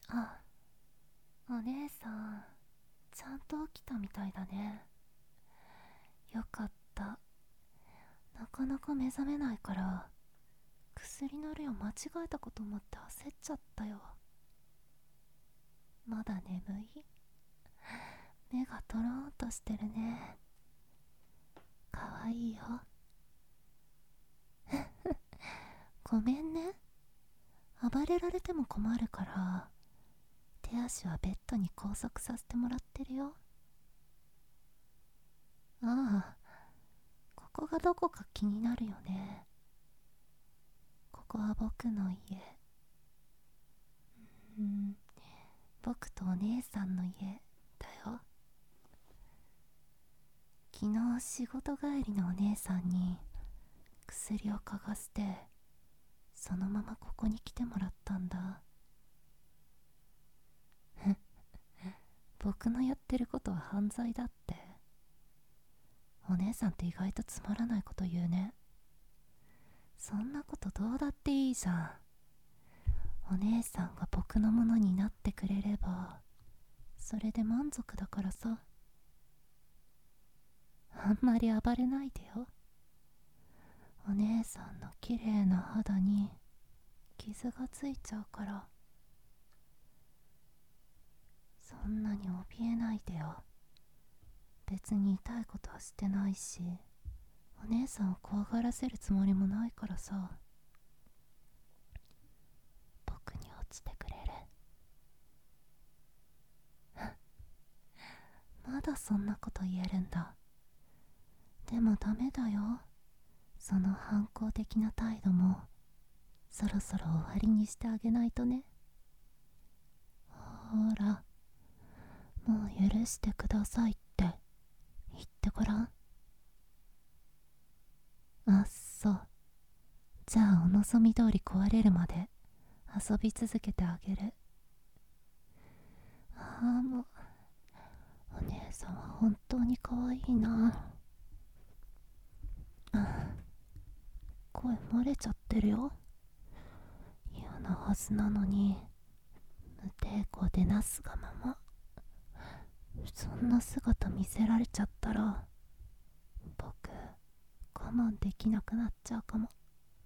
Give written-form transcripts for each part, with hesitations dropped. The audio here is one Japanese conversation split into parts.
あ、お姉さん、ちゃんと起きたみたいだね。よかった。なかなか目覚めないから、薬の量間違えたこと思って焦っちゃったよ。まだ眠い？目がとろーんとしてるね。かわいいよ。ごめんね。暴れられても困るから、手足はベッドに拘束させてもらってるよ。ああ、ここがどこか気になるよね。ここは僕の家。うん、僕とお姉さんの家だよ。昨日仕事帰りのお姉さんに薬を嗅がせて、そのままここに来てもらったんだ。僕のやってることは犯罪だって。お姉さんって意外とつまらないこと言うね。そんなことどうだっていいじゃん。お姉さんが僕のものになってくれればそれで満足だからさ。あんまり暴れないでよ。お姉さんの綺麗な肌に傷がついちゃうから。そんなに怯えないでよ。別に痛いことはしてないし、お姉さんを怖がらせるつもりもないからさ。僕に落ちてくれる？まだそんなこと言えるんだ。でもダメだよ。その反抗的な態度もそろそろ終わりにしてあげないとね。ほら、もう許してくださいって言ってごらん。あっそう。じゃあお望み通り壊れるまで遊び続けてあげる。ああ、もうお姉さんは本当に可愛いな。声漏れちゃってるよ。嫌なはずなのに無抵抗でなすがまま。そんな姿見せられちゃったら僕我慢できなくなっちゃうかも。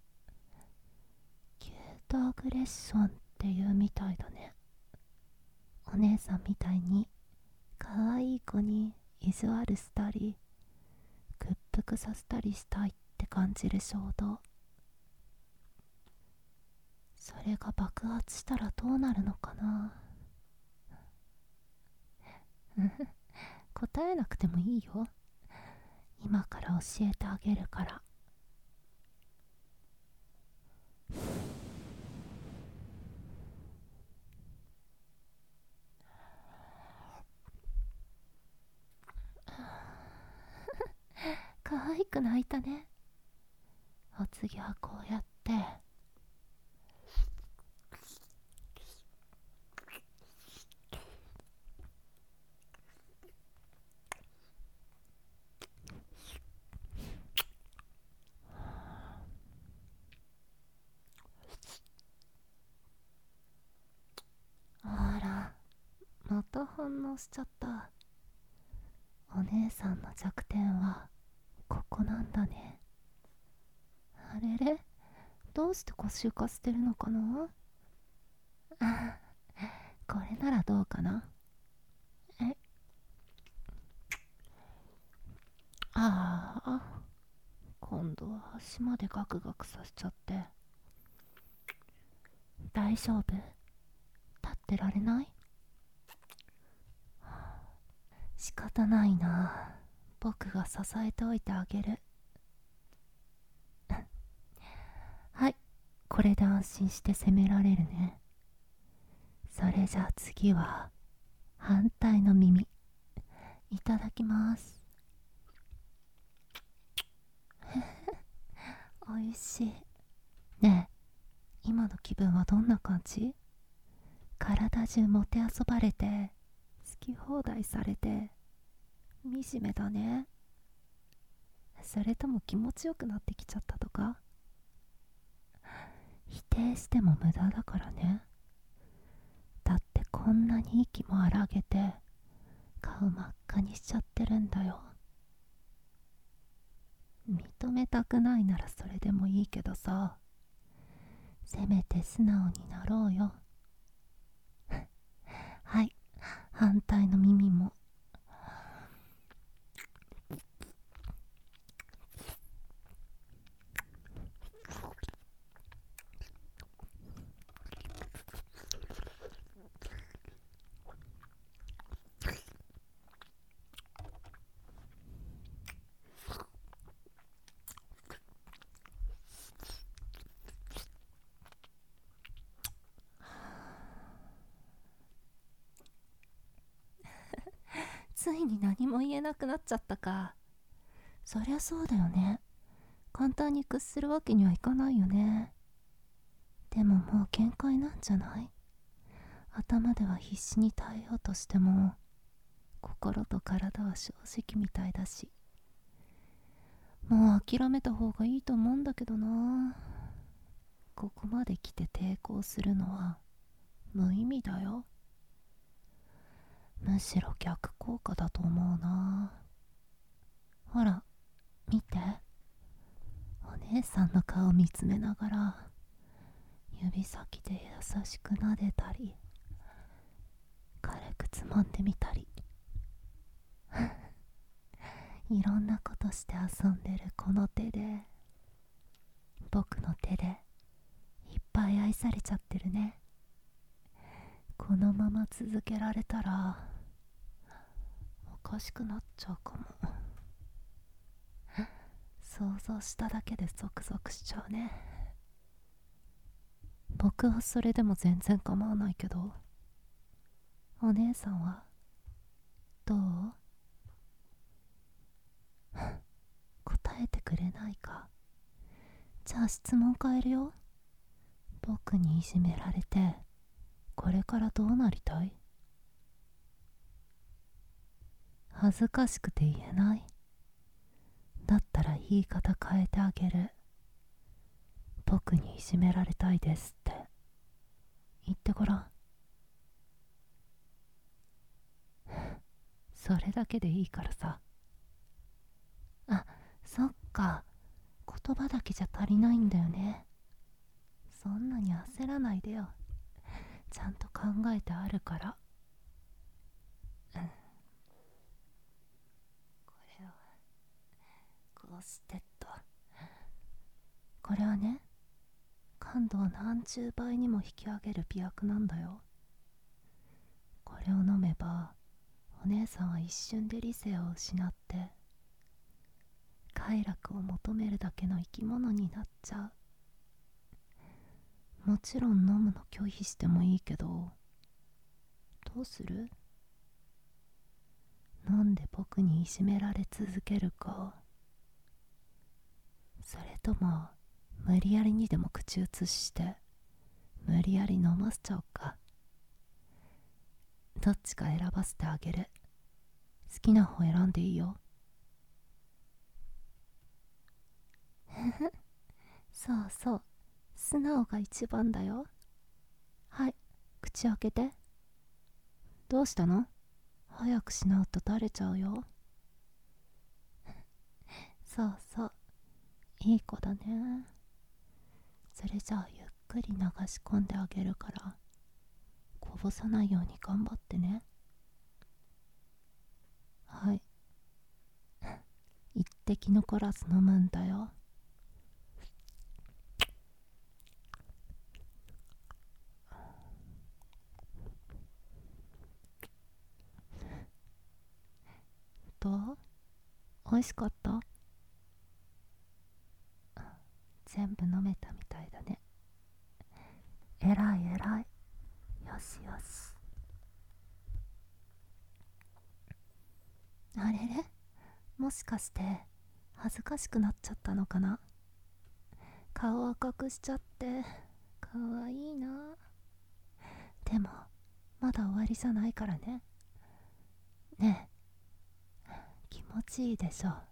キュートアグレッションっていうみたいだね。お姉さんみたいに可愛い子に意地悪したり屈服させたりしたいって感じる衝動。それが爆発したらどうなるのかな。答えなくてもいいよ。今から教えてあげるから。可愛く泣いたね。お次はこうやってあら、また反応しちゃった。お姉さんの弱点はここなんだね。あれれ、どうして腰浮かせてるのかな。あ、これならどうかな。え、ああ、今度は足までガクガクさせちゃって。大丈夫？立ってられない？仕方ないな。僕が支えておいてあげる。はい、これで安心して攻められるね。それじゃあ次は反対の耳いただきます。おいしい。ねえ、今の気分はどんな感じ？体中もてあそばれて好き放題されて惨めだね。それとも気持ちよくなってきちゃったとか？否定しても無駄だからね。だってなに息も荒げて顔真っ赤にしちゃってるんだよ。認めたくないならそれでもいいけどさ、せめて素直になろうよ。はい、反対の耳も。ついに何も言えなくなっちゃったか。そりゃそうだよね。簡単に屈するわけにはいかないよね。でももう限界なんじゃない？頭では必死に耐えようとしても、心と体は正直みたいだし、もう諦めた方がいいと思うんだけどな。ここまで来て抵抗するのは無意味だよ。むしろ逆効果だと思うな。ほら見て、お姉さんの顔見つめながら指先で優しく撫でたり軽くつまんでみたりいろんなことして遊んでるこの手で、僕の手でいっぱい愛されちゃってるね。このまま続けられたらおかしくなっちゃうかも。想像しただけでゾクゾクしちゃうね。僕はそれでも全然構わないけど、お姉さんはどう？答えてくれないか。じゃあ質問変えるよ。僕にいじめられてこれからどうなりたい？恥ずかしくて言えない？だったら言い方変えてあげる。僕にいじめられたいですって言ってごらん。それだけでいいからさ。あ、そっか、言葉だけじゃ足りないんだよね。そんなに焦らないでよ。ちゃんと考えてあるから。これをこうしてっと。これはね、感度を何十倍にも引き上げる美薬なんだよ。これを飲めばお姉さんは一瞬で理性を失って快楽を求めるだけの生き物になっちゃう。もちろん飲むの拒否してもいいけど、どうする？飲んで僕にいじめられ続けるか、それとも無理やりにでも口移しして無理やり飲ませちゃおうか。どっちか選ばせてあげる。好きな方選んでいいよ。そうそう、素直が一番だよ。はい、口開けて。どうしたの？早くしないと垂れちゃうよ。そうそう、いい子だね。それじゃあゆっくり流し込んであげるから、こぼさないように頑張ってね。はい、一滴残らず飲むんだよ。どう？美味しかった？全部飲めたみたいだね。えらいえらい。よしよし。あれれ、もしかして恥ずかしくなっちゃったのかな。顔赤くしちゃってかわいいな。でもまだ終わりじゃないからね。ねえ、気持ちいいでしょ？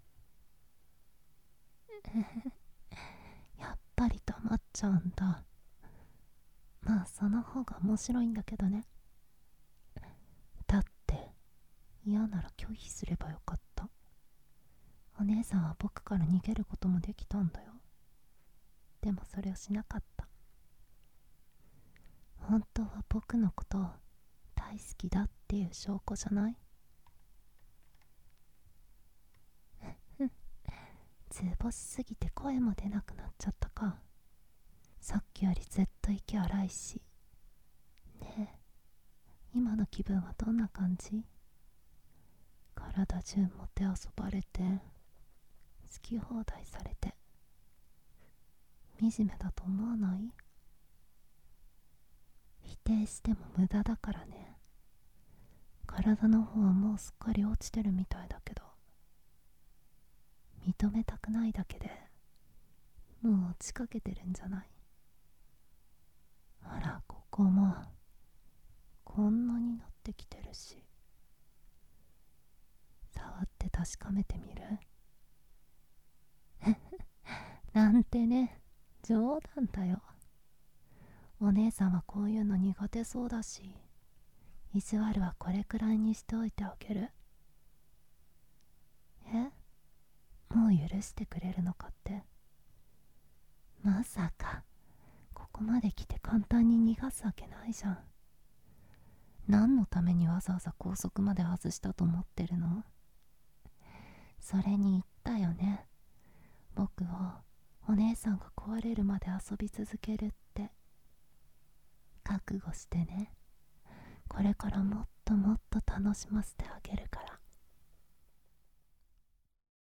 やっぱり黙っちゃうんだ。まあその方が面白いんだけどね。 嫌なら拒否すればよかった。お姉さんは僕から逃げることもできたんだよ。でもそれをしなかった。本当は僕のことを大好きだっていう証拠じゃない？図星すぎて声も出なくなっちゃったか。さっきよりずっと息荒いし。ねえ、今の気分はどんな感じ？体中もてあそばれて、好き放題されて、惨めだと思わない？否定しても無駄だからね。体の方はもうすっかり落ちてるみたいだけど、認めたくないだけでもう落ちかけてるんじゃない？あら、ここもこんなになってきてるし。触って確かめてみる？なんてね、冗談だよ。お姉さんはこういうの苦手そうだし、意地悪はこれくらいにしておいてあげる。もう許してくれるのかって。まさかここまで来て簡単に逃がすわけないじゃん。何のためにわざわざ高速まで外したと思ってるの？それに言ったよね、僕をお姉さんが壊れるまで遊び続けるって。覚悟してね。これからもっともっと楽しませてあげるから。